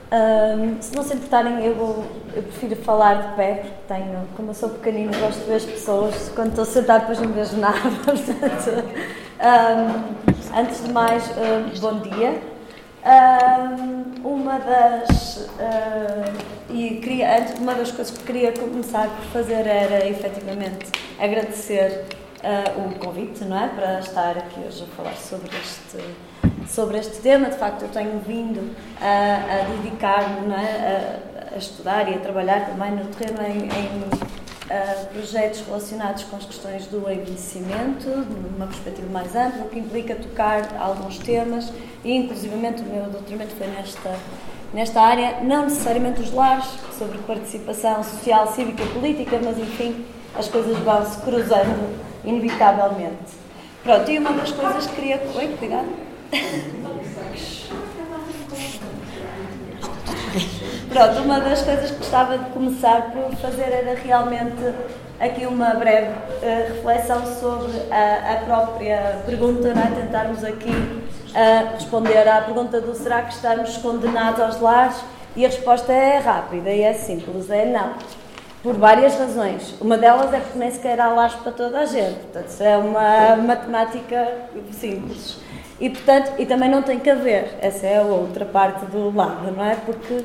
Se não se importarem, eu prefiro falar de pé, porque como eu sou pequenino, gosto de ver as pessoas. Quando estou sentada, depois não vejo nada. Portanto, antes de mais, bom dia. Uma das coisas que queria começar por fazer era, efetivamente, agradecer o convite, não é? Para estar aqui hoje a falar sobre este tema. De facto, eu tenho vindo a dedicar-me, não é? A estudar e a trabalhar também no terreno em projetos relacionados com as questões do envelhecimento, numa perspectiva mais ampla, o que implica tocar alguns temas, e inclusivamente o meu doutoramento foi nesta área, não necessariamente os lares, sobre participação social, cívica e política, mas enfim, as coisas vão-se cruzando inevitavelmente. Pronto, e uma das coisas que queria... Oi, cuidado. Pronto, uma das coisas que gostava de começar por fazer era realmente aqui uma breve reflexão sobre a própria pergunta, não é? Tentarmos aqui responder à pergunta do será que estamos condenados aos lares? E a resposta é rápida e é simples, é não. Por várias razões. Uma delas é porque nem sequer há lares para toda a gente, portanto isso é uma matemática simples. E, portanto, e também não tem que haver, essa é a outra parte do lado, não é? Porque,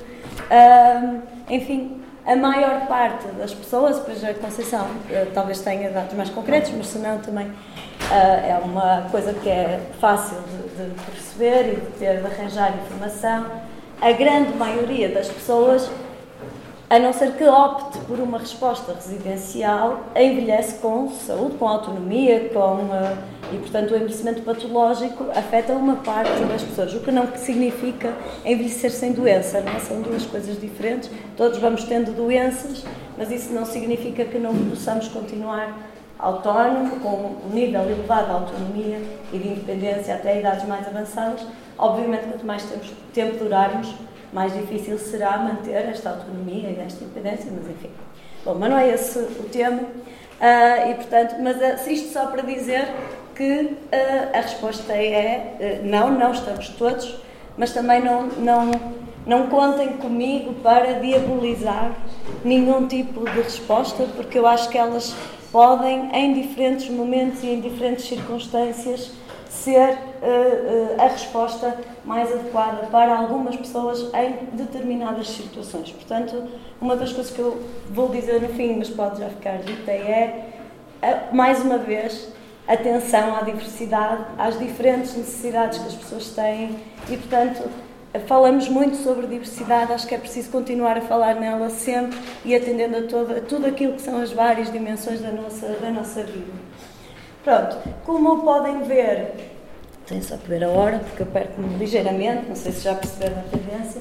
enfim, a maior parte das pessoas, depois a Conceição talvez tenha dados mais concretos, mas se não também é uma coisa que é fácil de perceber e de arranjar informação. A grande maioria das pessoas, a não ser que opte por uma resposta residencial, envelhece com saúde, com autonomia, e, portanto, o envelhecimento patológico afeta uma parte das pessoas, o que não significa envelhecer sem doença, não é? São duas coisas diferentes, todos vamos tendo doenças, mas isso não significa que não possamos continuar autónomo, com um nível elevado de autonomia e de independência até idades mais avançadas. Obviamente, quanto mais tempo durarmos, mais difícil será manter esta autonomia e esta independência, mas enfim. Bom, mas não é esse o tema, e portanto, mas isto só para dizer que a resposta é não estamos todos, mas também não contem comigo para diabolizar nenhum tipo de resposta, porque eu acho que elas podem, em diferentes momentos e em diferentes circunstâncias, ser a resposta mais adequada para algumas pessoas em determinadas situações. Portanto, uma das coisas que eu vou dizer no fim, mas pode já ficar dita, é, mais uma vez, atenção à diversidade, às diferentes necessidades que as pessoas têm e, portanto, falamos muito sobre diversidade, acho que é preciso continuar a falar nela sempre e atendendo a tudo aquilo que são as várias dimensões da nossa vida. Pronto, como podem ver, tenho só que ver a hora porque eu perco-me ligeiramente, não sei se já perceberam a tendência,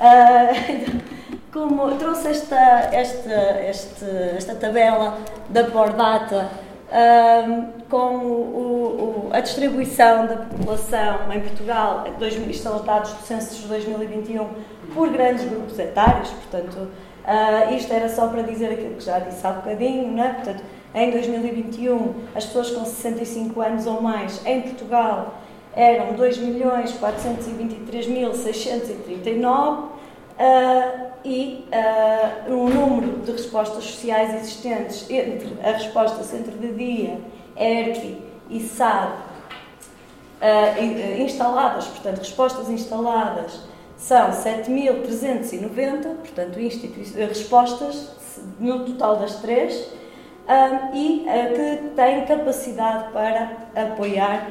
como trouxe esta tabela da Pordata com a distribuição da população em Portugal, isto são os dados do censo de 2021, por grandes grupos etários, portanto, isto era só para dizer aquilo que já disse há bocadinho, não é? Portanto, em 2021, as pessoas com 65 anos ou mais em Portugal eram 2.423.639 e o número de respostas sociais existentes entre a resposta Centro de Dia, ERP e SAD instaladas, portanto, respostas instaladas são 7.390, portanto, respostas no total das três, e que têm capacidade para apoiar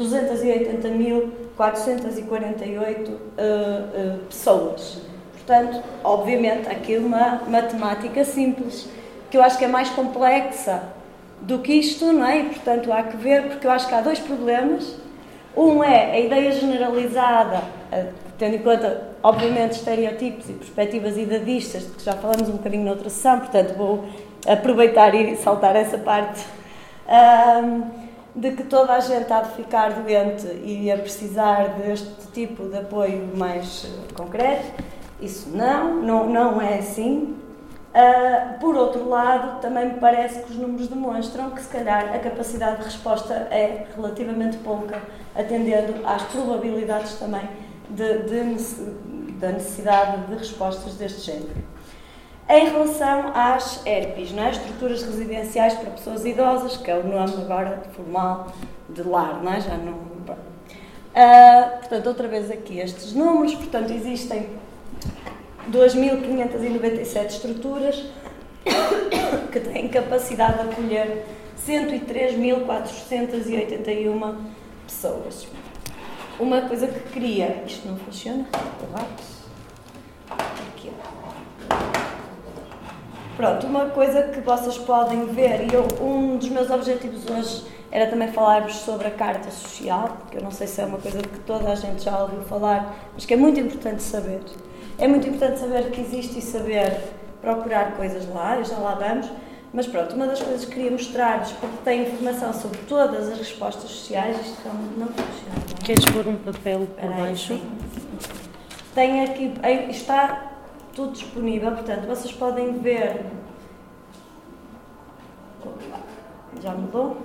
280.448 pessoas. Portanto, obviamente, aqui uma matemática simples, que eu acho que é mais complexa do que isto, não é? E, portanto, há que ver, porque eu acho que há dois problemas. Um é a ideia generalizada, tendo em conta, obviamente, estereotipos e perspectivas idadistas, de que já falamos um bocadinho noutra sessão, portanto, vou aproveitar e saltar essa parte, de que toda a gente há de ficar doente e a precisar deste tipo de apoio mais concreto. Isso não é assim. Por outro lado, também me parece que os números demonstram que, se calhar, a capacidade de resposta é relativamente pouca, atendendo às probabilidades também da necessidade de respostas deste género. Em relação às ERPs, não é? Estruturas residenciais para pessoas idosas, que é o nome agora formal de lar, não é? Já não... portanto, outra vez aqui estes números, portanto, existem 2.597 estruturas que têm capacidade de acolher 103.481 pessoas. Uma coisa que queria... Isto não funciona? Aqui. Pronto, uma coisa que vocês podem ver, e um dos meus objetivos hoje era também falar-vos sobre a Carta Social, que eu não sei se é uma coisa que toda a gente já ouviu falar, mas que é muito importante saber. É muito importante saber que existe e saber procurar coisas lá, e já lá vamos. Mas pronto, uma das coisas que queria mostrar-vos, porque tem informação sobre todas as respostas sociais, isto realmente não funciona. Queres pôr um papel por baixo? Tem aqui, está tudo disponível, portanto, vocês podem ver. Já mudou?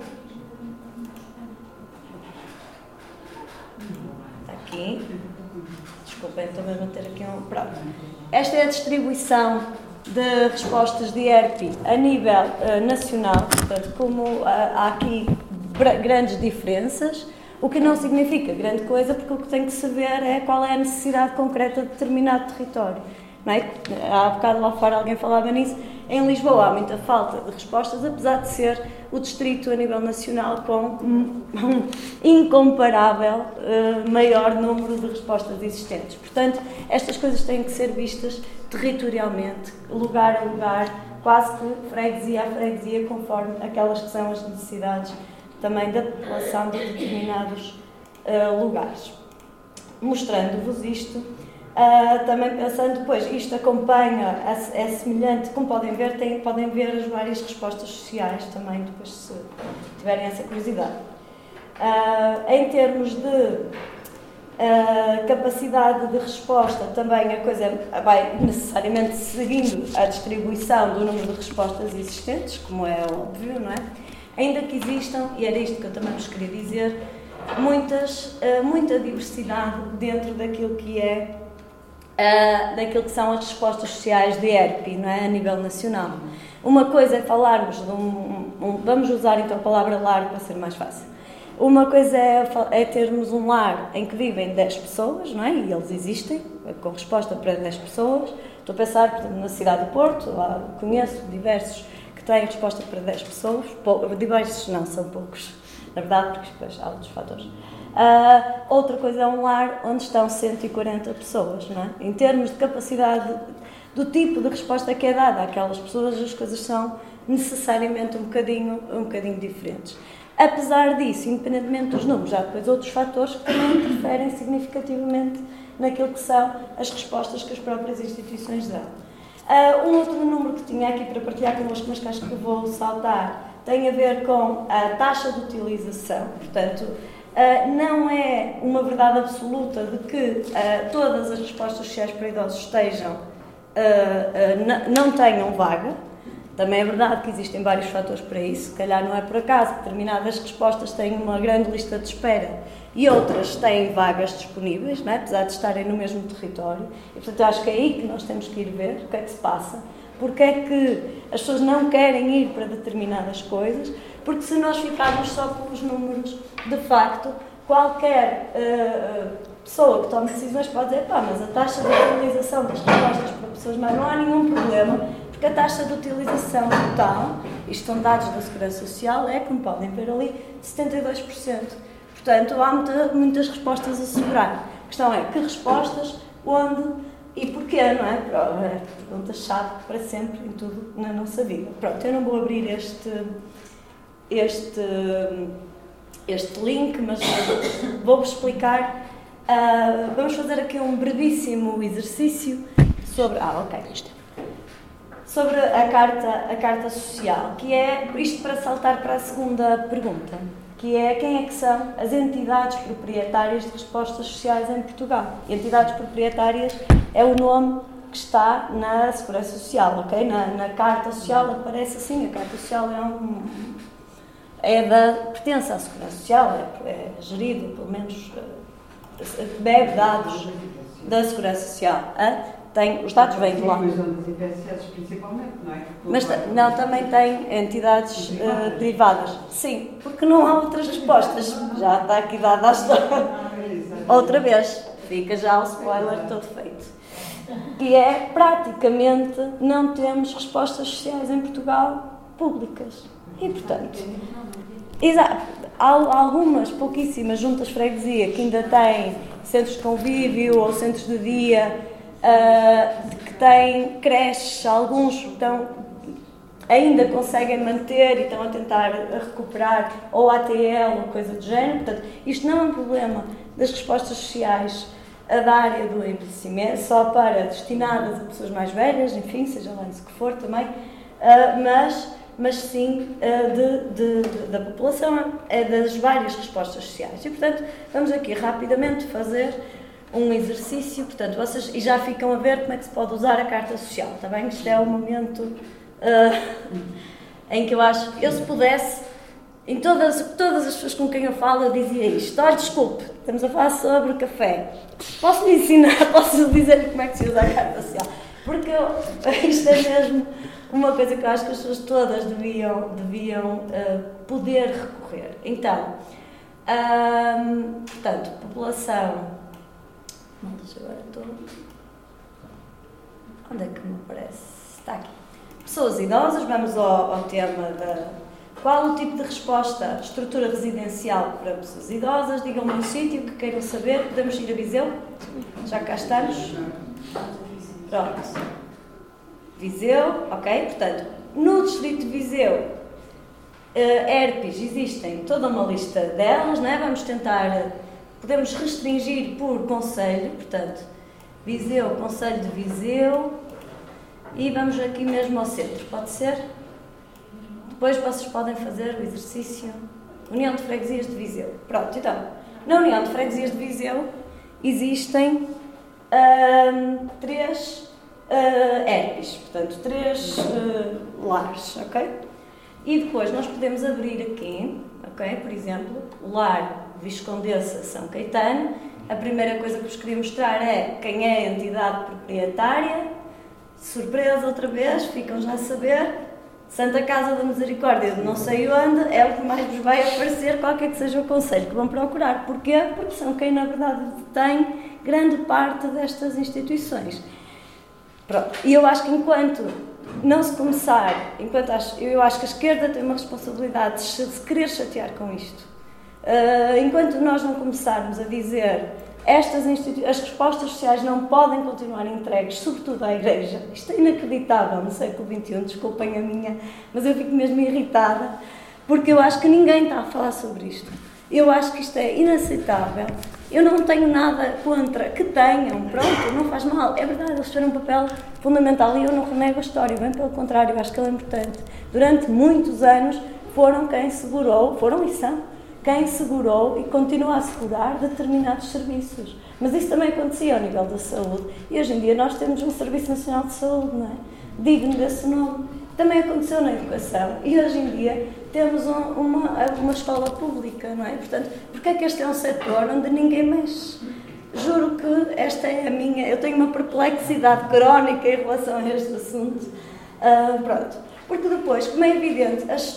Aqui. Desculpem, estou mesmo a ter aqui um... Pronto. Esta é a distribuição de respostas de ERP a nível nacional, portanto, como há aqui grandes diferenças, o que não significa grande coisa, porque o que tem que se ver é qual é a necessidade concreta de determinado território. Não é? Há bocado lá fora alguém falava nisso. Em Lisboa há muita falta de respostas, apesar de ser o distrito a nível nacional com um incomparável maior número de respostas existentes. Portanto, estas coisas têm que ser vistas territorialmente, lugar a lugar, quase que freguesia a freguesia, conforme aquelas que são as necessidades também da população de determinados lugares. Mostrando-vos isto, também pensando, depois, isto acompanha, é semelhante, como podem ver, podem ver as várias respostas sociais também, depois se tiverem essa curiosidade. Em termos de capacidade de resposta, também a coisa vai necessariamente seguindo a distribuição do número de respostas existentes, como é óbvio, não é? Ainda que existam, e era isto que eu também vos queria dizer, muita diversidade dentro daquilo que é daquilo que são as respostas sociais de ERP, não é? A nível nacional. Uma coisa é falarmos de vamos usar então a palavra lar para ser mais fácil. Uma coisa é termos um lar em que vivem 10 pessoas, não é? E eles existem, com resposta para 10 pessoas. Estou a pensar, por exemplo, na cidade do Porto, conheço diversos que têm resposta para 10 pessoas, diversos não, são poucos, na verdade, porque depois há outros fatores. Outra coisa é um lar onde estão 140 pessoas, não é? Em termos de capacidade do tipo de resposta que é dada àquelas pessoas, as coisas são necessariamente um bocadinho diferentes. Apesar disso, independentemente dos números, há depois outros fatores que também interferem significativamente naquilo que são as respostas que as próprias instituições dão. Um outro número que tinha aqui para partilhar convosco, mas que acho que vou saltar, tem a ver com a taxa de utilização. Portanto, não é uma verdade absoluta de que todas as respostas sociais para idosos não tenham vaga. Também é verdade que existem vários fatores para isso. Se calhar não é por acaso que determinadas respostas têm uma grande lista de espera e outras têm vagas disponíveis, não é? Apesar de estarem no mesmo território. E, portanto, eu acho que é aí que nós temos que ir ver o que é que se passa. Porque é que as pessoas não querem ir para determinadas coisas? Porque se nós ficarmos só pelos números, de facto, qualquer pessoa que tome decisões pode dizer, mas a taxa de utilização das respostas para pessoas mais não há nenhum problema, porque a taxa de utilização total, isto são dados da Segurança Social, é, como podem ver ali, de 72%. Portanto, há muitas respostas a segurar. A questão é, que respostas, onde e porquê, não é? É pergunta-chave para sempre em tudo na nossa vida. Pronto, eu não vou abrir este link, mas vou-vos explicar. Vamos fazer aqui um brevíssimo exercício sobre... Sobre a carta social, que é, isto para saltar para a segunda pergunta, que é quem é que são as entidades proprietárias de respostas sociais em Portugal. Entidades proprietárias é o nome que está na Segurança Social, ok? Na Carta Social aparece assim, a Carta Social pertence à Segurança Social, é gerido, pelo menos bebe dados da Segurança Social. Os dados vêm de lá. Mas não das IPSS principalmente, não é? Mas não, também tem entidades privadas. Sim, porque não há outras respostas. Já está aqui dada a história. Outra vez, fica já o spoiler todo feito. E é, praticamente, não temos respostas sociais em Portugal públicas. E, portanto, há algumas, pouquíssimas juntas de freguesia que ainda têm centros de convívio ou centros de dia, que têm creches, alguns ainda conseguem manter e estão a tentar recuperar, ou ATL, ou coisa do género. Portanto, isto não é um problema das respostas sociais da área do envelhecimento, só para destinadas a pessoas mais velhas, enfim, seja lá isso que for também, mas sim da população, das várias respostas sociais. E, portanto, vamos aqui rapidamente fazer um exercício, portanto, vocês e já ficam a ver como é que se pode usar a carta social, está bem? Isto é o momento em que eu acho, se pudesse, em todas as pessoas com quem eu falo, eu dizia isto: olha, desculpe, estamos a falar sobre o café, posso lhe ensinar, posso dizer-lhe como é que se usa a carta social, porque isto é mesmo uma coisa que eu acho que as pessoas todas deviam poder recorrer. Então, portanto, população. Agora estou. Onde é que me aparece? Está aqui. Pessoas idosas, vamos ao tema da. Qual o tipo de resposta? Estrutura residencial para pessoas idosas. Digam-me um sítio que queiram saber. Podemos ir a Viseu? Já cá estamos? Pronto. Viseu, ok? Portanto, no distrito de Viseu, herpes, existem toda uma lista delas, não é? Vamos tentar. Podemos restringir por concelho, portanto, Viseu, Concelho de Viseu, e vamos aqui mesmo ao centro, pode ser? Depois vocês podem fazer o exercício União de Freguesias de Viseu. Pronto, então, na União de Freguesias de Viseu existem 3 herpes, portanto, 3 lares, ok? E depois nós podemos abrir aqui, ok? Por exemplo, o lar Viscondessa São Caetano. A primeira coisa que vos queria mostrar é quem é a entidade proprietária. Surpresa outra vez, ficam já a saber. Santa Casa da Misericórdia de não sei onde é o que mais vos vai aparecer, qualquer que seja o concelho que vão procurar. Porquê? Porque são quem na verdade detém grande parte destas instituições. Pronto. E eu acho que enquanto não se começar, eu acho que a esquerda tem uma responsabilidade de se querer chatear com isto. Enquanto nós não começarmos a dizer as respostas sociais não podem continuar entregues, sobretudo à Igreja, isto é inacreditável no século XXI, desculpem a minha, mas eu fico mesmo irritada, porque eu acho que ninguém está a falar sobre isto. Eu acho que isto é inaceitável. Eu não tenho nada contra que tenham, pronto, não faz mal. É verdade, eles tiveram um papel fundamental e eu não renego a história, bem pelo contrário, eu acho que ela é importante. Durante muitos anos foram quem segurou, foram e são quem segurou e continua a segurar determinados serviços. Mas isso também acontecia ao nível da saúde. E hoje em dia nós temos um Serviço Nacional de Saúde, não é? Digno desse nome. Também aconteceu na educação. E hoje em dia temos uma escola pública, não é? Portanto, porque é que este é um setor onde ninguém mexe? Juro que esta é a minha... Eu tenho uma perplexidade crónica em relação a este assunto. Pronto. Porque depois, como é evidente, as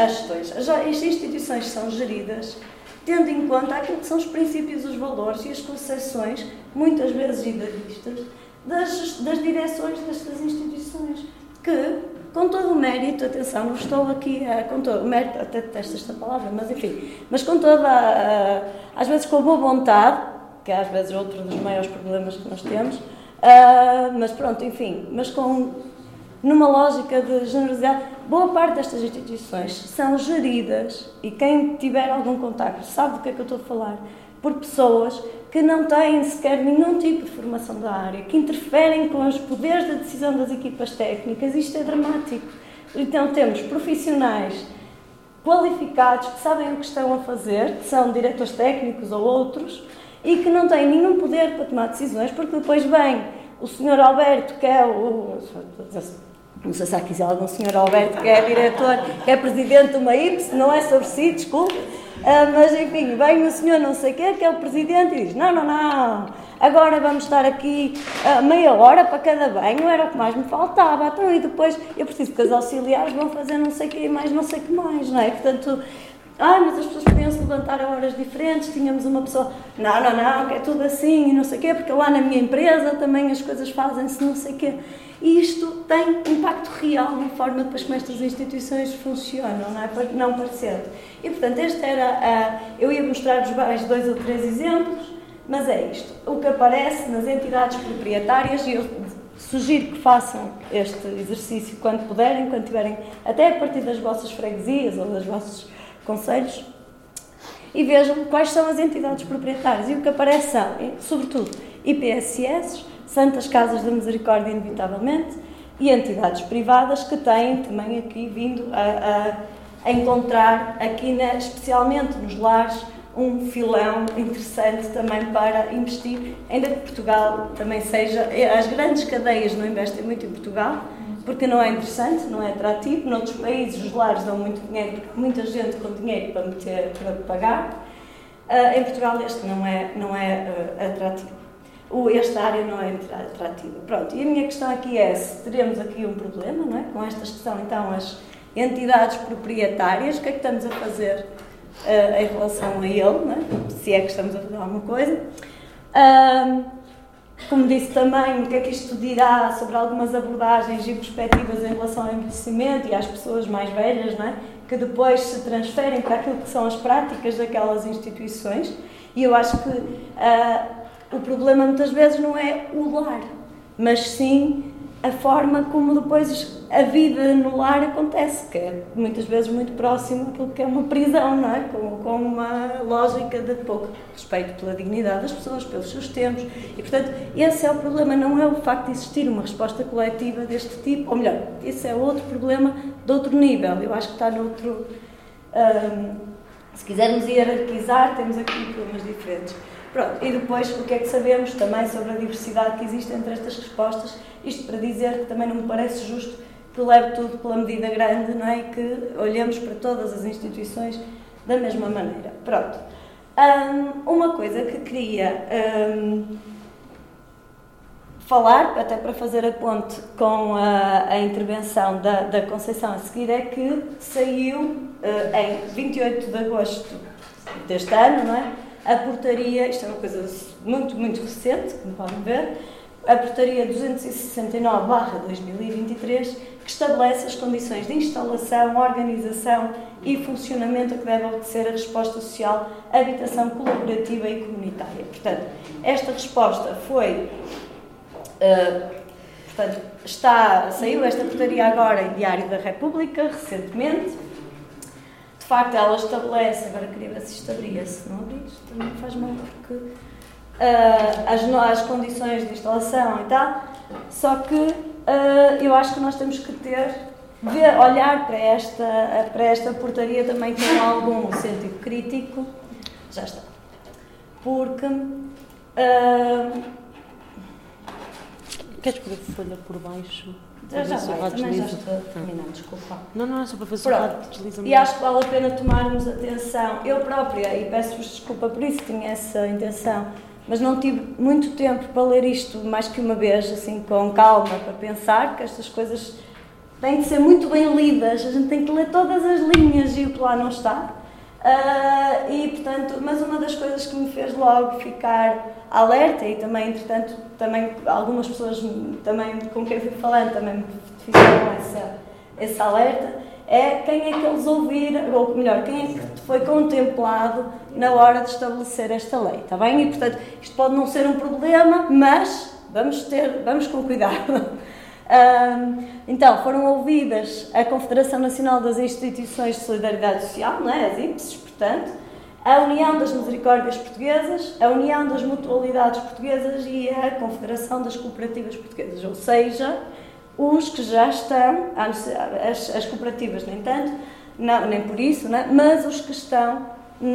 instituições são geridas tendo em conta aquilo que são os princípios, os valores e as concepções, muitas vezes idealistas, das direções destas instituições, que, com todo o mérito, atenção, não estou aqui com todo o mérito, até detesto esta palavra, mas enfim, mas com toda às vezes com a boa vontade, que é às vezes outro dos maiores problemas que nós temos, mas pronto, enfim, mas numa lógica de generosidade, boa parte destas instituições são geridas, e quem tiver algum contacto sabe do que é que eu estou a falar, por pessoas que não têm sequer nenhum tipo de formação da área, que interferem com os poderes de decisão das equipas técnicas. Isto é dramático. Então temos profissionais qualificados que sabem o que estão a fazer, que são diretores técnicos ou outros, e que não têm nenhum poder para tomar decisões, porque depois vem o Sr. Alberto, que é não sei se há aqui algum Sr. Alberto que é diretor, que é presidente de uma IPS, não é sobre si, desculpe, Mas enfim, vem o senhor não sei o quê, que é o presidente, e diz, não, agora vamos estar aqui meia hora para cada banho, era o que mais me faltava, então, e depois eu preciso que os auxiliares vão fazer não sei o quê, mais não sei o que mais, não é? Portanto, mas as pessoas podiam se levantar a horas diferentes, tínhamos uma pessoa, não, que é tudo assim, e não sei o quê, porque lá na minha empresa também as coisas fazem-se não sei o quê. E isto tem impacto real na forma depois como estas instituições funcionam, não é? Não parecendo. E, portanto, eu ia mostrar-vos mais 2 ou 3 exemplos, mas é isto. O que aparece nas entidades proprietárias, e eu sugiro que façam este exercício quando puderem, quando tiverem, até a partir das vossas freguesias ou dos vossos conselhos, e vejam quais são as entidades proprietárias. E o que aparece são, sobretudo, IPSS, Santas Casas da Misericórdia, inevitavelmente, e entidades privadas que têm também aqui vindo a encontrar, aqui especialmente nos lares, um filão interessante também para investir, ainda que Portugal também seja... As grandes cadeias não investem muito em Portugal, porque não é interessante, não é atrativo. Noutros países os lares dão muito dinheiro, porque muita gente com dinheiro para pagar. Em Portugal este não é atrativo. Esta área não é atrativa. Pronto, e a minha questão aqui é se teremos aqui um problema, não é? Com estas que são então as entidades proprietárias, o que é que estamos a fazer em relação a ele, não é? Se é que estamos a fazer alguma coisa. Como disse também, o que é que isto dirá sobre algumas abordagens e perspectivas em relação ao envelhecimento e às pessoas mais velhas, não é? Que depois se transferem para aquilo que são as práticas daquelas instituições. E eu acho que o problema muitas vezes não é o lar, mas sim a forma como depois a vida no lar acontece, que é muitas vezes muito próximo daquilo que é uma prisão, não é? Com uma lógica de pouco respeito pela dignidade das pessoas, pelos seus tempos, e portanto esse é o problema, não é o facto de existir uma resposta coletiva deste tipo, ou melhor, esse é outro problema de outro nível, eu acho que está noutro... se quisermos hierarquizar, temos aqui problemas diferentes. Pronto, e depois o que é que sabemos também sobre a diversidade que existe entre estas respostas, isto para dizer que também não me parece justo que leve tudo pela medida grande, não é? E que olhemos para todas as instituições da mesma maneira. Pronto. Uma coisa que queria falar, até para fazer a ponte com a intervenção da Conceição a seguir, é que saiu em 28 de agosto deste ano, não é? A portaria, isto é uma coisa muito, muito recente, como podem ver, a portaria 269/2023, que estabelece as condições de instalação, organização e funcionamento a que deve obedecer a resposta social, habitação colaborativa e comunitária. Portanto, esta resposta foi... saiu esta portaria agora em Diário da República, recentemente. De facto, ela estabelece, agora queria ver se isto abria, se não abrir, isto também faz mal, porque as condições de instalação e tal, só que eu acho que nós temos que olhar para esta portaria também com algum sentido crítico, já está, porque... Queres pôr a folha por baixo? Já vai, também já estou terminando, desculpa. Não, é só para fazer o deslizamento. E acho que vale a pena tomarmos atenção. Eu própria, e peço-vos desculpa por isso, tinha essa intenção, mas não tive muito tempo para ler isto mais que uma vez, assim, com calma, para pensar que estas coisas têm de ser muito bem lidas, a gente tem que ler todas as linhas e o que lá não está. E, portanto, mas uma das coisas que me fez logo ficar alerta, e também, entretanto, também algumas pessoas também, com quem fui falando também me fizeram esse alerta, é quem é que eles ouviram, ou melhor, quem é que foi contemplado na hora de estabelecer esta lei, está bem? E, portanto, isto pode não ser um problema, mas vamos com cuidado. Então, foram ouvidas a Confederação Nacional das Instituições de Solidariedade Social, não é? As IPSES, portanto, a União das Misericórdias Portuguesas, a União das Mutualidades Portuguesas e a Confederação das Cooperativas Portuguesas, ou seja, os que já estão, as cooperativas nem tanto, não, nem por isso, não é? Mas os que estão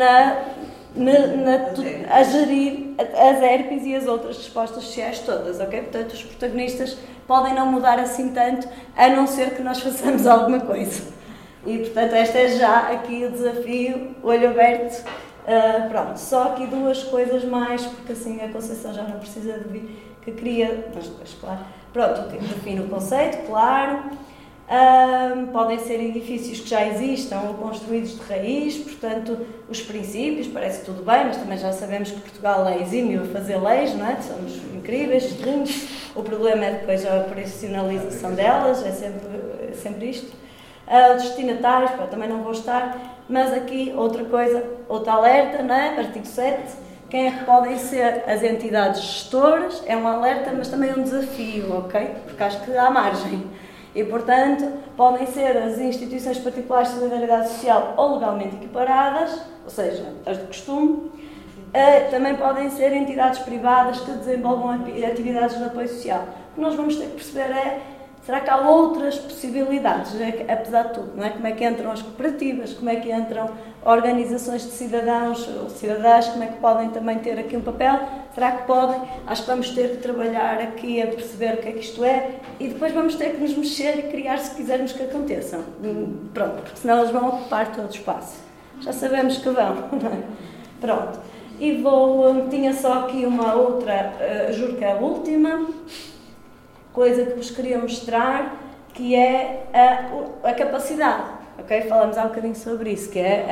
a gerir as ERPs e as outras respostas sociais todas, ok? Portanto, os protagonistas podem não mudar assim tanto, a não ser que nós façamos alguma coisa. E, portanto, este é já aqui o desafio, olho aberto. Pronto, só aqui 2 coisas mais, porque assim a Conceição já não precisa de vir, que queria, mas depois, claro, pronto, define o conceito, claro. Podem ser edifícios que já existam ou construídos de raiz, portanto, os princípios, parece tudo bem, mas também já sabemos que Portugal é exímio a fazer leis, não é? Somos incríveis, terrenos. O problema é depois a operacionalização delas, é sempre isto. Os destinatários, também não vou estar, mas aqui outra coisa, outro alerta, não é? Artigo 7, quem é que podem ser as entidades gestoras, é um alerta, mas também um desafio, ok? Porque acho que há margem. E, portanto, podem ser as instituições particulares de solidariedade social ou legalmente equiparadas, ou seja, as de costume. Também podem ser entidades privadas que desenvolvam atividades de apoio social. O que nós vamos ter que perceber é, será que há outras possibilidades, apesar de tudo, não é? Como é que entram as cooperativas, como é que entram organizações de cidadãos ou cidadãs, como é que podem também ter aqui um papel? Será que podem? Acho que vamos ter que trabalhar aqui a perceber o que é que isto é e depois vamos ter que nos mexer e criar se quisermos que aconteçam. Pronto, porque senão eles vão ocupar todo o espaço. Já sabemos que vão, não é? Pronto. E tinha só aqui uma outra, juro que é a última coisa que vos queria mostrar, que é a capacidade, ok? Falamos há um bocadinho sobre isso, que é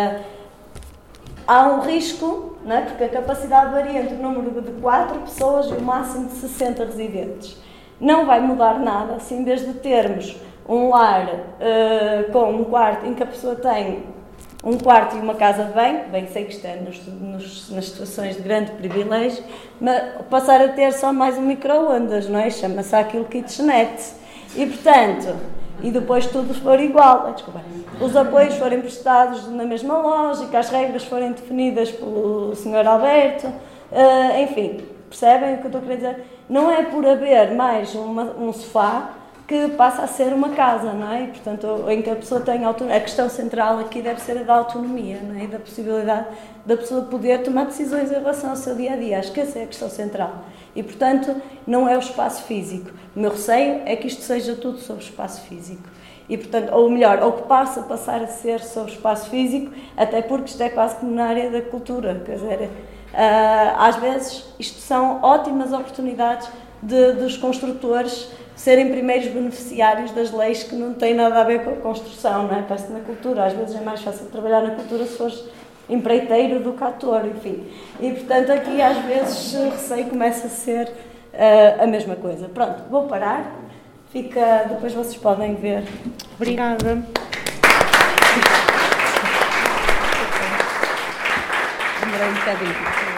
há um risco, não é? Porque a capacidade varia entre o número de 4 pessoas e o máximo de 60 residentes. Não vai mudar nada se em vez de termos um lar com um quarto em que a pessoa tem um quarto e uma casa de banho, bem sei que isto é nas situações de grande privilégio, mas passar a ter só mais um micro-ondas, não é? Chama-se aquilo kitchenette. E, portanto, e depois tudo for igual, desculpa, os apoios forem prestados na mesma lógica, as regras forem definidas pelo Sr. Alberto, enfim, percebem o que eu estou a querer dizer? Não é por haver mais um sofá que passa a ser uma casa, não é? E, portanto, em que a pessoa tem autonomia. A questão central aqui deve ser a da autonomia, não é? E da possibilidade da pessoa poder tomar decisões em relação ao seu dia-a-dia. Acho que essa é a questão central. E, portanto, não é o espaço físico. O meu receio é que isto seja tudo sobre o espaço físico. E, portanto, ou melhor, ou que passe a passar a ser sobre o espaço físico, até porque isto é quase como na área da cultura. Quer dizer, às vezes, isto são ótimas oportunidades dos construtores serem primeiros beneficiários das leis que não têm nada a ver com a construção, não é? Parece que na cultura, às vezes é mais fácil trabalhar na cultura se fores empreiteiro do que ator, enfim. E, portanto, aqui às vezes o receio começa a ser a mesma coisa. Pronto, vou parar. Depois vocês podem ver. Obrigada. Demorei um bocadinho.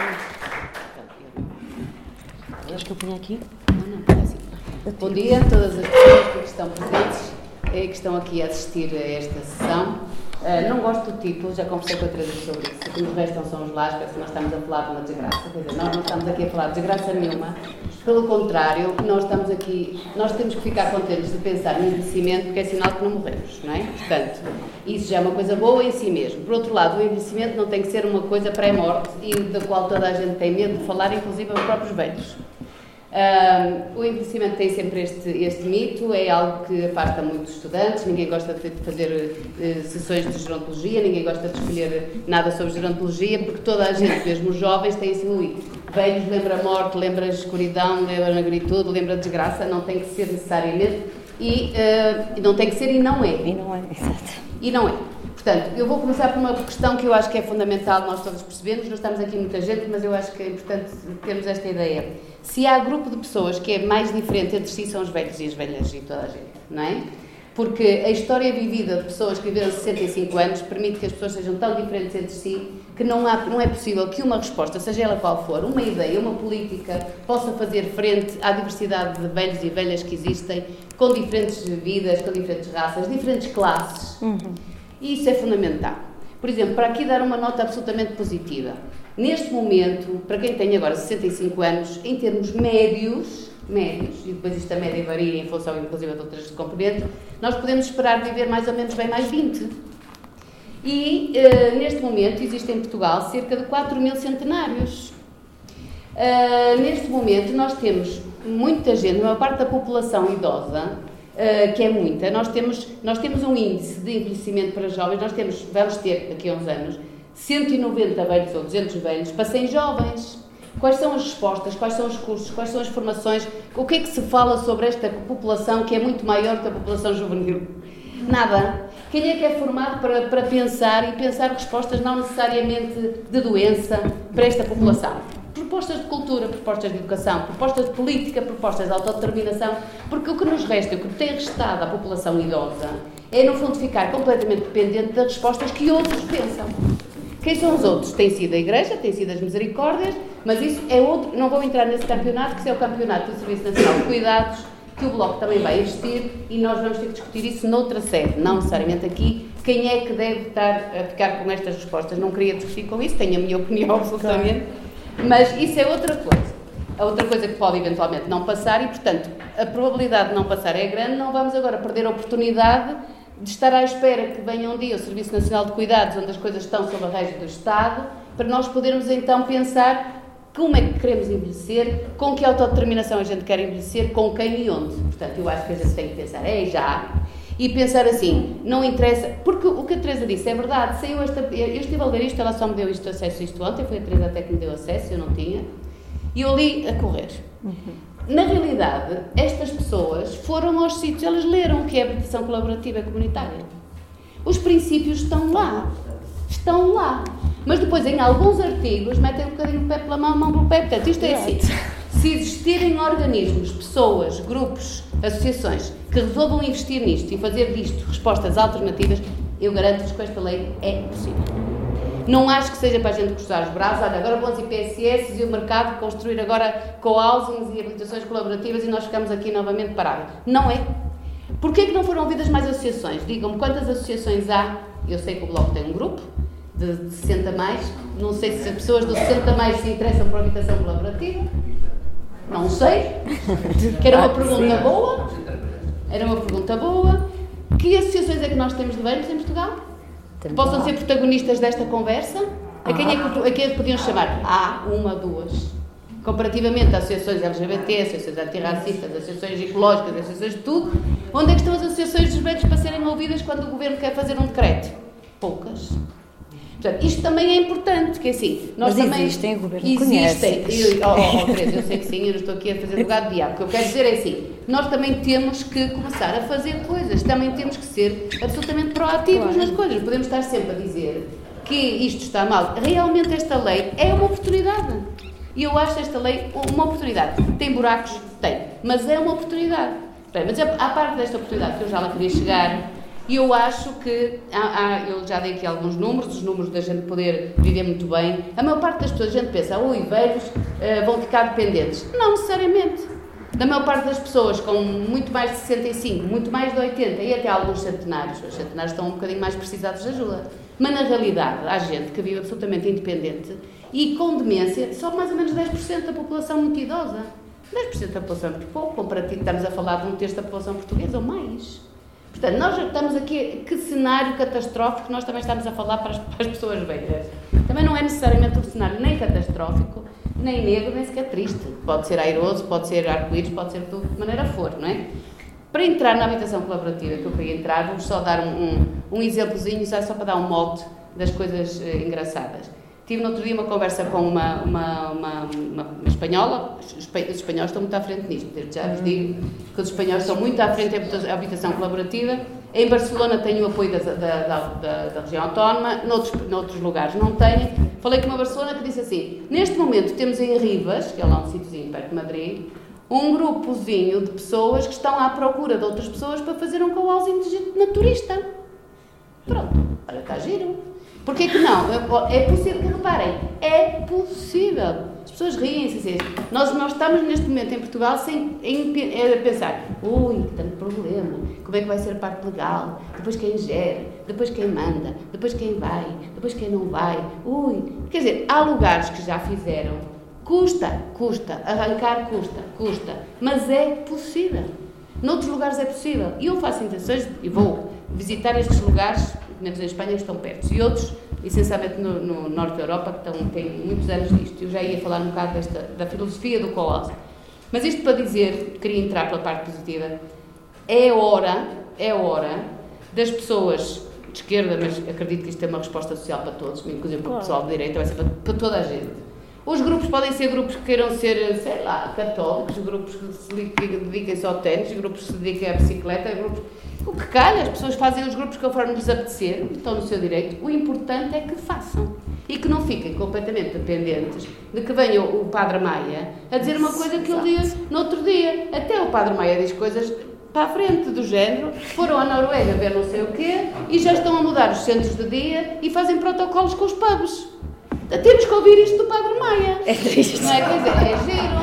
Acho que eu ponho aqui. Não, assim. Bom dia a todas as pessoas que estão presentes e que estão aqui a assistir a esta sessão. Não gosto do título, já conversei com a Teresa sobre isso. O que nos restam são os lares, parece que nós estamos a falar de uma desgraça. Quer dizer, nós não estamos aqui a falar de desgraça nenhuma. Pelo contrário, nós temos que ficar contentes de pensar no envelhecimento, porque é sinal que não morremos, não é? Portanto, isso já é uma coisa boa em si mesmo. Por outro lado, o envelhecimento não tem que ser uma coisa pré-morte e da qual toda a gente tem medo de falar, inclusive os próprios velhos. O envelhecimento tem sempre este mito, é algo que afasta muitos estudantes, ninguém gosta de fazer sessões de gerontologia, ninguém gosta de escolher nada sobre gerontologia, porque toda a gente, mesmo os jovens, tem assim, velhos lembra a morte, lembra a escuridão, lembra a negritude, lembra a desgraça, não tem que ser necessariamente, e não tem que ser e não é. E não é, exato. E não é. Portanto, eu vou começar por uma questão que eu acho que é fundamental nós todos percebermos, não estamos aqui muita gente, mas eu acho que é importante termos esta ideia. Se há grupo de pessoas que é mais diferente entre si, são os velhos e as velhas e toda a gente, não é? Porque a história vivida de pessoas que viveram 65 anos permite que as pessoas sejam tão diferentes entre si que não é possível que uma resposta, seja ela qual for, uma ideia, uma política, possa fazer frente à diversidade de velhos e velhas que existem, com diferentes vidas, com diferentes raças, diferentes classes. E isso é fundamental. Por exemplo, para aqui dar uma nota absolutamente positiva. Neste momento, para quem tem agora 65 anos, em termos médios, e depois isto a média varia em função, inclusive, de outras componentes, nós podemos esperar viver mais ou menos bem mais 20. E, neste momento, existem em Portugal cerca de 4.000 centenários. Neste momento, nós temos muita gente, a maior parte da população idosa, que é muita. Nós temos um índice de envelhecimento para jovens, vamos ter daqui a uns anos 190 velhos ou 200 velhos para 100 jovens. Quais são as respostas, quais são os cursos, quais são as formações, o que é que se fala sobre esta população que é muito maior que a população juvenil? Nada. Quem é que é formado para pensar e pensar respostas não necessariamente de doença para esta população? Propostas de cultura, propostas de educação, propostas de política, propostas de autodeterminação, porque o que nos resta, o que tem restado à população idosa, é no fundo ficar completamente dependente das respostas que outros pensam. Quem são os outros? Tem sido a Igreja, tem sido as Misericórdias, mas isso é outro, não vou entrar nesse campeonato, que isso é o campeonato do Serviço Nacional de Cuidados, que o Bloco também vai investir, e nós vamos ter que discutir isso noutra sede, não necessariamente aqui. Quem é que deve estar a ficar com estas respostas? Não queria discutir com isso, tenho a minha opinião absolutamente, mas isso é outra coisa. A outra coisa que pode eventualmente não passar, e portanto a probabilidade de não passar é grande. Não vamos agora perder a oportunidade de estar à espera que venha um dia o Serviço Nacional de Cuidados, onde as coisas estão sob a régia do Estado, para nós podermos então pensar como é que queremos envelhecer, com que autodeterminação a gente quer envelhecer, com quem e onde. Portanto, eu acho que a gente tem que pensar já, e pensar assim, não interessa, porque o que a Teresa disse é verdade, eu estive a ler isto, ela só me deu acesso a isto ontem, foi a Teresa até que me deu acesso, eu não tinha, e eu li a correr. Na realidade, estas pessoas foram aos sítios, elas leram o que é a habitação colaborativa e comunitária. Os princípios estão lá. Mas depois, em alguns artigos, metem um bocadinho o pé pela mão, a mão pelo pé. Portanto, isto é assim. Se existirem organismos, pessoas, grupos, associações que resolvam investir nisto e fazer disto respostas alternativas, eu garanto-vos que com esta lei é possível. Não acho que seja para a gente cruzar os braços, olha, agora vão os IPSS e o mercado construir agora co-housings e habilitações colaborativas e nós ficamos aqui novamente parados. Não é. Porquê que não foram ouvidas mais associações? Digam-me quantas associações há. Eu sei que o Bloco tem um grupo de 60 mais, não sei se as pessoas do 60 mais se interessam por habitação colaborativa, não sei, que era uma pergunta boa, que associações é que nós temos de velhos em Portugal? Que possam ser protagonistas desta conversa? A quem é que podiam chamar? Uma, duas. Comparativamente a associações LGBT, associações antirracistas, associações ecológicas, associações de tudo, onde é que estão as associações dos velhos para serem ouvidas quando o Governo quer fazer um decreto? Poucas. Portanto, isto também é importante, que assim, nós mas também... existem, o Governo existem. Teresa, eu sei que sim, eu não estou aqui a fazer lugar de diabo. O que eu quero dizer é assim, nós também temos que começar a fazer coisas, também temos que ser absolutamente proativos nas coisas. Não podemos estar sempre a dizer que isto está mal. Realmente esta lei é uma oportunidade. E eu acho esta lei uma oportunidade. Tem buracos? Tem. Mas é uma oportunidade. Bem, mas à parte desta oportunidade, que eu já lá queria chegar, e eu acho que, eu já dei aqui alguns números, os números da gente poder viver muito bem. A maior parte das pessoas, a gente pensa, velhos vão ficar dependentes. Não necessariamente. Da maior parte das pessoas com muito mais de 65, muito mais de 80 e até alguns centenários, os centenários estão um bocadinho mais precisados de ajuda. Mas na realidade há gente que vive absolutamente independente e com demência, só mais ou menos 10% da população muito idosa. 10% da população é muito pouco, comparativo, estamos a falar de um terço da população portuguesa ou mais. Portanto, nós estamos aqui, que cenário catastrófico nós também estamos a falar para as pessoas velhas. Também não é necessariamente um cenário nem catastrófico, nem negro, nem sequer triste. Pode ser airoso, pode ser arco-íris, pode ser de que maneira for, não é? Para entrar na habitação colaborativa que eu queria entrar, vou só dar um exemplozinho, só para dar um mote das coisas engraçadas. Tive no outro dia uma conversa com uma espanhola. Os espanhóis estão muito à frente nisto, desde já vos digo que os espanhóis estão muito à frente da habitação colaborativa. Em Barcelona tenho o apoio da região autónoma, noutros lugares não tenho. Falei com uma Barcelona que disse assim, neste momento temos em Rivas, que é lá um sítiozinho perto de Madrid, um grupozinho de pessoas que estão à procura de outras pessoas para fazer um co-housing de gente naturista. Pronto, olha, está giro. Porquê que não? É possível, reparem, é possível. As pessoas riem-se assim. Nós estamos neste momento em Portugal a pensar, que tanto problema, como é que vai ser a parte legal, depois quem gera, depois quem manda, depois quem vai, depois quem não vai, Quer dizer, há lugares que já fizeram, custa, arrancar custa, mas é possível. Noutros lugares é possível. E eu faço intenções e vou visitar estes lugares, menos em Espanha, que estão perto, e outros, essencialmente no norte da Europa, que têm muitos anos disto. Eu já ia falar um bocado da filosofia do co-housing. Mas isto para dizer, queria entrar pela parte positiva, é hora das pessoas de esquerda, mas acredito que isto tem uma resposta social para todos, inclusive para o pessoal de direita, vai ser para toda a gente. Os grupos podem ser grupos que queiram ser, sei lá, católicos, grupos que se dediquem-se ao ténis, grupos que se dediquem à bicicleta, grupos... O que calha, as pessoas fazem os grupos conforme lhes apetecer, estão no seu direito. O importante é que façam. E que não fiquem completamente dependentes de que venha o Padre Maia a dizer uma coisa que ele diz no outro dia. Até o Padre Maia diz coisas para a frente do género, foram à Noruega ver não sei o quê e já estão a mudar os centros de dia e fazem protocolos com os pubs. Temos que ouvir isto do Padre Maia. É triste. Não é? Quer dizer, é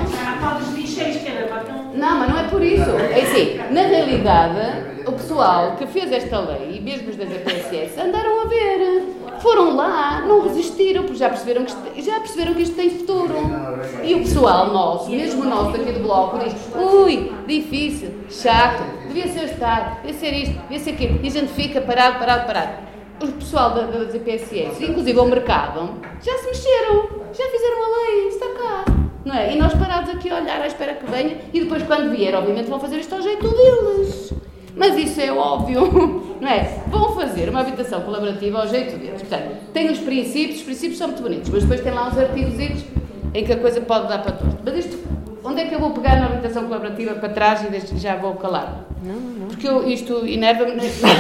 giro. Não, mas não é por isso. É assim, na realidade, o pessoal que fez esta lei, e mesmo os da ZPSS, andaram a ver. Foram lá, não resistiram, porque já perceberam que isto tem futuro. E o pessoal nosso, mesmo nosso daqui do Bloco, diz: ui, difícil, chato, devia ser Estado, devia ser isto, devia ser aquilo. E a gente fica parado. O pessoal da ZPSS, inclusive o mercado, já se mexeram, já fizeram a lei, está cá. Não é? E nós parados aqui a olhar à espera que venha, e depois quando vier, obviamente vão fazer isto ao jeito deles. Mas isso é óbvio, não é? Vão fazer uma habitação colaborativa ao jeito deles. Portanto, tem os princípios são muito bonitos, mas depois tem lá uns artigos em que a coisa pode dar para torto. Mas isto, onde é que eu vou pegar na habitação colaborativa para trás e já vou calar? Não. Porque isto enerva-me.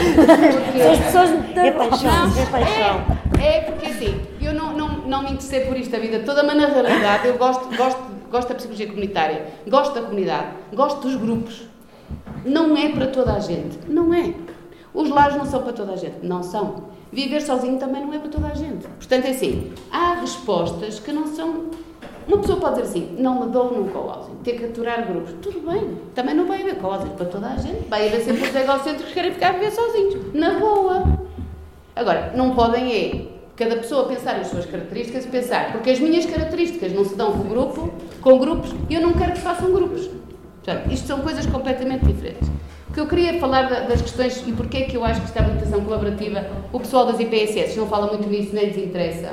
As pessoas É paixão. É porque assim, eu não me interessei por isto a vida toda, mas na realidade eu gosto da psicologia comunitária, gosto da comunidade, gosto dos grupos. Não é para toda a gente, não é. Os lares não são para toda a gente, não são. Viver sozinho também não é para toda a gente. Portanto, é assim, há respostas que não são... Uma pessoa pode dizer assim: não me dou num co-housing, ter que aturar grupos. Tudo bem, também não vai haver co-housing para toda a gente. Vai haver sempre os egocêntricos que querem ficar a viver sozinhos. Na boa. Agora, não podem cada pessoa pensar nas suas características e pensar, porque as minhas características não se dão com grupos, e eu não quero que façam grupos. Portanto, isto são coisas completamente diferentes. O que eu queria falar das questões e porque é que eu acho que esta habilitação colaborativa, o pessoal das IPSS não fala muito nisso, nem lhes interessa.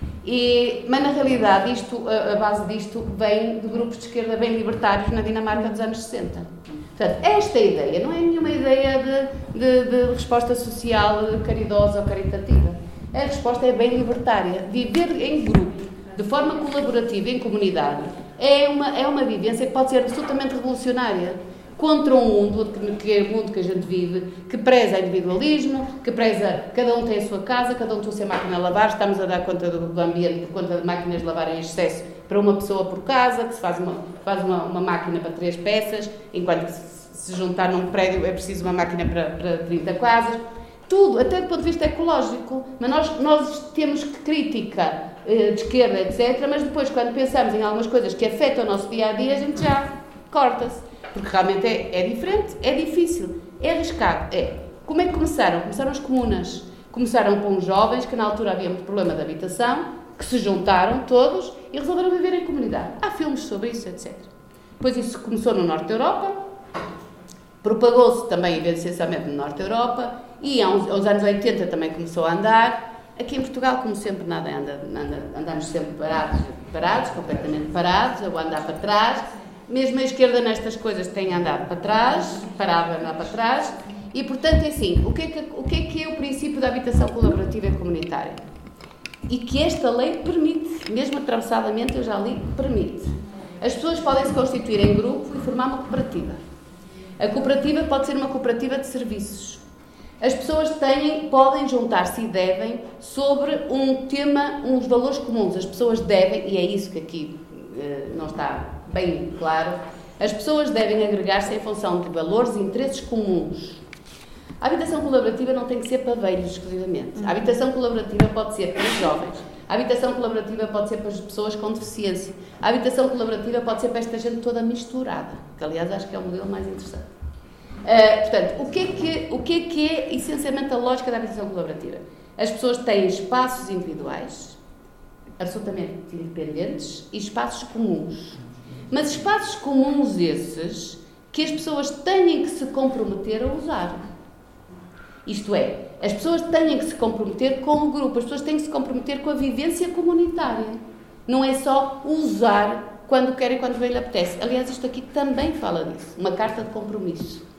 Mas na realidade a base disto vem de grupos de esquerda bem libertários na Dinamarca dos anos 60. Portanto, esta ideia não é nenhuma ideia de resposta social caridosa ou caritativa. A resposta é bem libertária. Viver em grupo, de forma colaborativa, em comunidade, é uma vivência que pode ser absolutamente revolucionária. Contra um mundo, que é o mundo que a gente vive, que preza individualismo, que preza cada um tem a sua casa, cada um tem a sua máquina a lavar, estamos a dar conta do ambiente, conta de máquinas de lavar em excesso para uma pessoa por casa, que se faz uma máquina para 3 peças, enquanto que se juntar num prédio é preciso uma máquina para 30 casas. Tudo, até do ponto de vista ecológico. Mas nós temos crítica de esquerda, etc., mas depois, quando pensamos em algumas coisas que afetam o nosso dia-a-dia, a gente já corta-se. Porque realmente é diferente, é difícil, é arriscado. Como é que começaram? Começaram as comunas. Começaram com os jovens, que na altura havia muito problema de habitação, que se juntaram todos e resolveram viver em comunidade. Há filmes sobre isso, etc. Depois isso começou no Norte da Europa, propagou-se também, essencialmente, no Norte da Europa, e aos anos 80 também começou a andar. Aqui em Portugal, como sempre, nada andamos sempre parados, completamente parados, ou a andar para trás. Mesmo a esquerda nestas coisas tem andado para trás, parava a andar para trás, e portanto é assim, o que é o princípio da habitação colaborativa e comunitária? E que esta lei permite, mesmo atravessadamente eu já li, permite. As pessoas podem se constituir em grupo e formar uma cooperativa. A cooperativa pode ser uma cooperativa de serviços. As pessoas podem juntar-se e devem sobre um tema, uns valores comuns. As pessoas devem, e é isso que aqui não está bem claro, as pessoas devem agregar-se em função de valores e interesses comuns. A habitação colaborativa não tem que ser para velhos exclusivamente. A habitação colaborativa pode ser para os jovens. A habitação colaborativa pode ser para as pessoas com deficiência. A habitação colaborativa pode ser para esta gente toda misturada, que aliás acho que é o modelo mais interessante. Portanto, o que é essencialmente a lógica da habitação colaborativa? As pessoas têm espaços individuais, absolutamente independentes, e espaços comuns. Mas espaços comuns esses que as pessoas têm que se comprometer a usar. Isto é, as pessoas têm que se comprometer com o grupo, as pessoas têm que se comprometer com a vivência comunitária. Não é só usar quando quer e quando bem lhe apetece. Aliás, isto aqui também fala disso, uma carta de compromisso.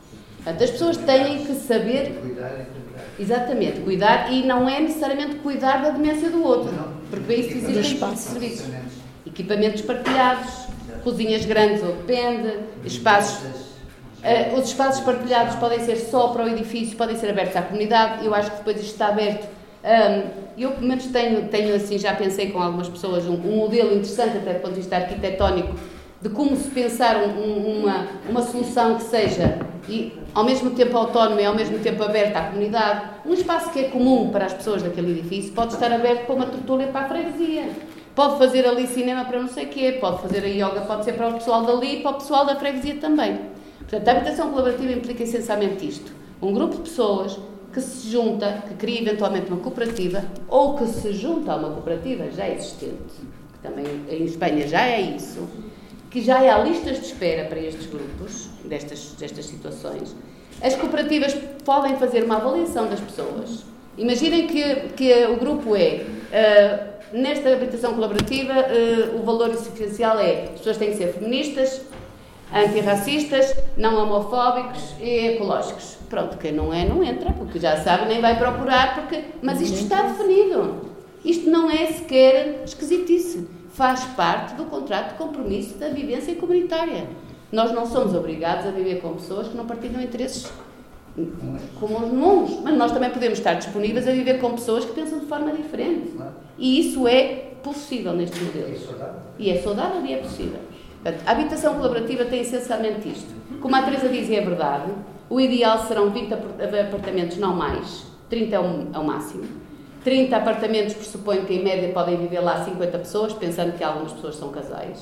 Portanto, as pessoas têm que saber... Cuidar e cuidar. Exatamente, cuidar, e não é necessariamente cuidar da demência do outro, porque para isso existem serviços. Equipamentos partilhados, cozinhas grandes ou depende, espaços... os espaços partilhados podem ser só para o edifício, podem ser abertos à comunidade. Eu acho que depois isto está aberto. Eu, pelo menos, tenho assim, já pensei com algumas pessoas, um modelo interessante, até do ponto de vista arquitetónico, de como se pensar uma solução que seja, e, ao mesmo tempo autónoma e ao mesmo tempo aberta à comunidade. Um espaço que é comum para as pessoas daquele edifício pode estar aberto para uma tertúlia para a freguesia. Pode fazer ali cinema para não sei o quê, pode fazer a yoga, pode ser para o pessoal dali e para o pessoal da freguesia também. Portanto, a habitação colaborativa implica essencialmente isto. Um grupo de pessoas que se junta, que cria eventualmente uma cooperativa, ou que se junta a uma cooperativa já existente, que também em Espanha já é isso, que já há listas de espera para estes grupos, destas situações. As cooperativas podem fazer uma avaliação das pessoas. Imaginem que o grupo nesta habitação colaborativa, o valor essencial é: as pessoas têm que ser feministas, antirracistas, não homofóbicos e ecológicos. Pronto, quem não é, não entra, porque já sabe, nem vai procurar, mas isto está definido. Isto não é sequer esquisitice. Faz parte do contrato de compromisso da vivência comunitária. Nós não somos obrigados a viver com pessoas que não partilham interesses como os nossos, mas nós também podemos estar disponíveis a viver com pessoas que pensam de forma diferente. E isso é possível neste modelo. E é saudável e é possível. Portanto, a habitação colaborativa tem essencialmente isto. Como a Teresa diz, é verdade, o ideal serão 20 apartamentos, não mais. 30 é o máximo. 30 apartamentos pressupõe que em média podem viver lá 50 pessoas, pensando que algumas pessoas são casais.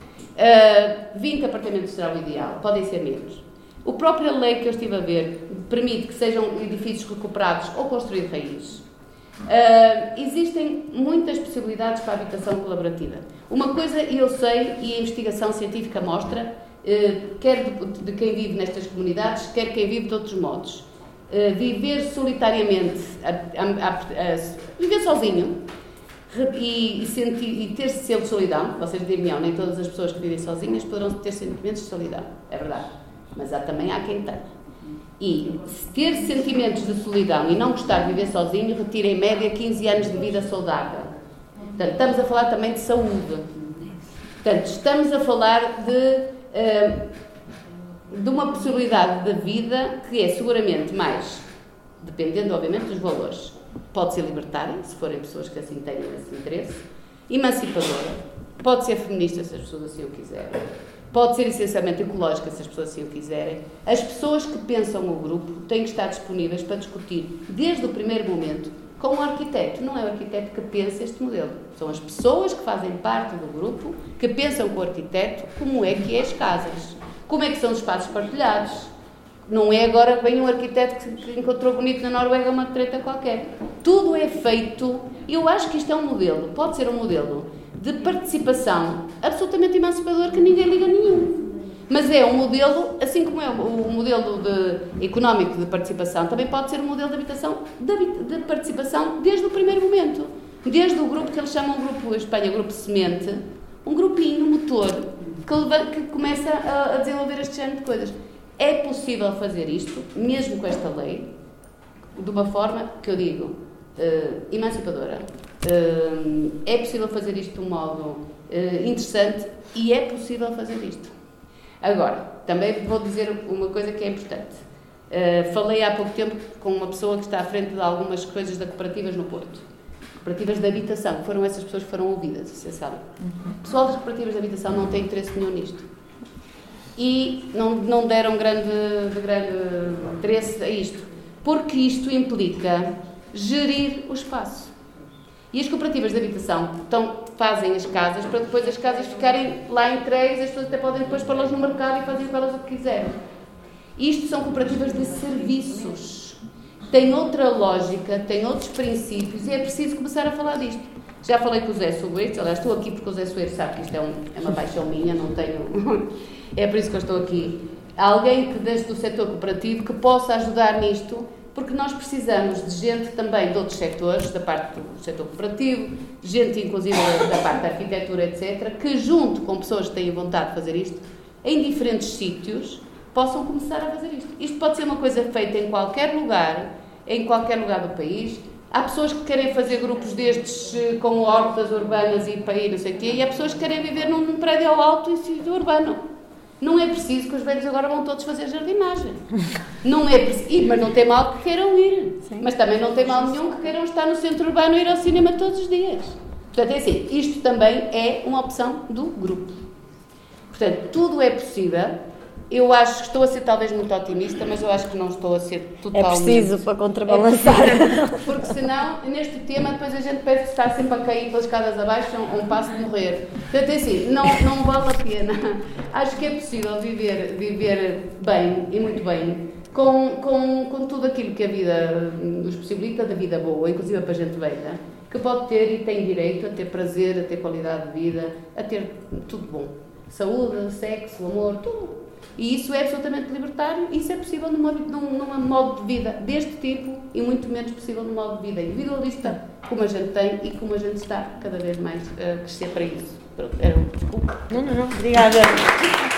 20 apartamentos será o ideal, podem ser menos. A própria lei que eu estive a ver permite que sejam edifícios recuperados ou construir raízes. Existem muitas possibilidades para a habitação colaborativa. Uma coisa eu sei, e a investigação científica mostra, quer de quem vive nestas comunidades, quer quem vive de outros modos. Viver solitariamente, viver sozinho e ter selo de solidão. Vocês diriam, nem todas as pessoas que vivem sozinhas poderão ter sentimentos de solidão, é verdade, mas também há quem tenha. E ter sentimentos de solidão e não gostar de viver sozinho retira em média 15 anos de vida saudável. Portanto, estamos a falar também de saúde. Portanto, estamos a falar de uma possibilidade da vida que é seguramente mais, dependendo obviamente dos valores, pode ser libertária, se forem pessoas que assim tenham esse interesse, emancipadora, pode ser feminista se as pessoas assim o quiserem, pode ser essencialmente ecológica se as pessoas assim o quiserem. As pessoas que pensam o grupo têm que estar disponíveis para discutir desde o primeiro momento com o arquiteto. Não é o arquiteto que pensa este modelo, são as pessoas que fazem parte do grupo que pensam com o arquiteto como é que é as casas. Como é que são os espaços partilhados? Não é agora que vem um arquiteto que encontrou bonito na Noruega uma treta qualquer. Tudo é feito. Eu acho que isto é um modelo, pode ser um modelo de participação absolutamente emancipador que ninguém liga nenhum. Mas é um modelo, assim como é o modelo económico de participação, também pode ser um modelo de habitação, de participação desde o primeiro momento. Desde o grupo que eles chamam Grupo Espanha, Grupo Semente, um grupinho motor que começa a desenvolver este género de coisas. É possível fazer isto, mesmo com esta lei, de uma forma que eu digo emancipadora. É possível fazer isto de um modo interessante e é possível fazer isto. Agora, também vou dizer uma coisa que é importante. Falei há pouco tempo com uma pessoa que está à frente de algumas coisas da cooperativas no Porto. Cooperativas de habitação, foram essas pessoas que foram ouvidas, vocês sabem. O pessoal das cooperativas de habitação não tem interesse nenhum nisto. E não deram grande interesse a isto. Porque isto implica gerir o espaço. E as cooperativas de habitação fazem as casas para depois as casas ficarem lá entregues, as pessoas até podem depois pô-las no mercado e fazem com elas o que quiserem. Isto são cooperativas de serviços. Tem outra lógica, tem outros princípios e é preciso começar a falar disto. Já falei com o Zé sobre isto, aliás, estou aqui porque o Zé Soeiro sabe que isto é uma paixão minha, não tenho... é por isso que eu estou aqui. Há alguém que desde o setor cooperativo que possa ajudar nisto, porque nós precisamos de gente também de outros setores, da parte do setor cooperativo, gente inclusive da parte da arquitetura, etc., que junto com pessoas que têm vontade de fazer isto, em diferentes sítios, possam começar a fazer isto. Isto pode ser uma coisa feita em qualquer lugar do país. Há pessoas que querem fazer grupos destes com hortas urbanas e para ir não sei o quê, e há pessoas que querem viver num prédio ao alto e sítio urbano. Não é preciso que os velhos agora vão todos fazer jardinagem. Não é preciso, mas não tem mal que queiram ir. Sim. Mas também não tem mal nenhum que queiram estar no centro urbano e ir ao cinema todos os dias. Portanto, é assim, isto também é uma opção do grupo. Portanto, tudo é possível. Eu acho que estou a ser talvez muito otimista, mas eu acho que não estou a ser totalmente... É preciso para contrabalançar. Porque senão, neste tema, depois a gente parece estar sempre a cair pelas escadas abaixo a um passo de morrer. Portanto, é assim, não vale a pena. Acho que é possível viver bem, e muito bem, com tudo aquilo que a vida nos possibilita, da vida boa, inclusive para a gente velha, que pode ter e tem direito a ter prazer, a ter qualidade de vida, a ter tudo bom. Saúde, sexo, amor, tudo. E isso é absolutamente libertário, e isso é possível num modo de vida deste tipo, e muito menos possível num modo de vida individualista, como a gente tem e como a gente está cada vez mais a crescer para isso. Pronto, desculpa. Não, obrigada.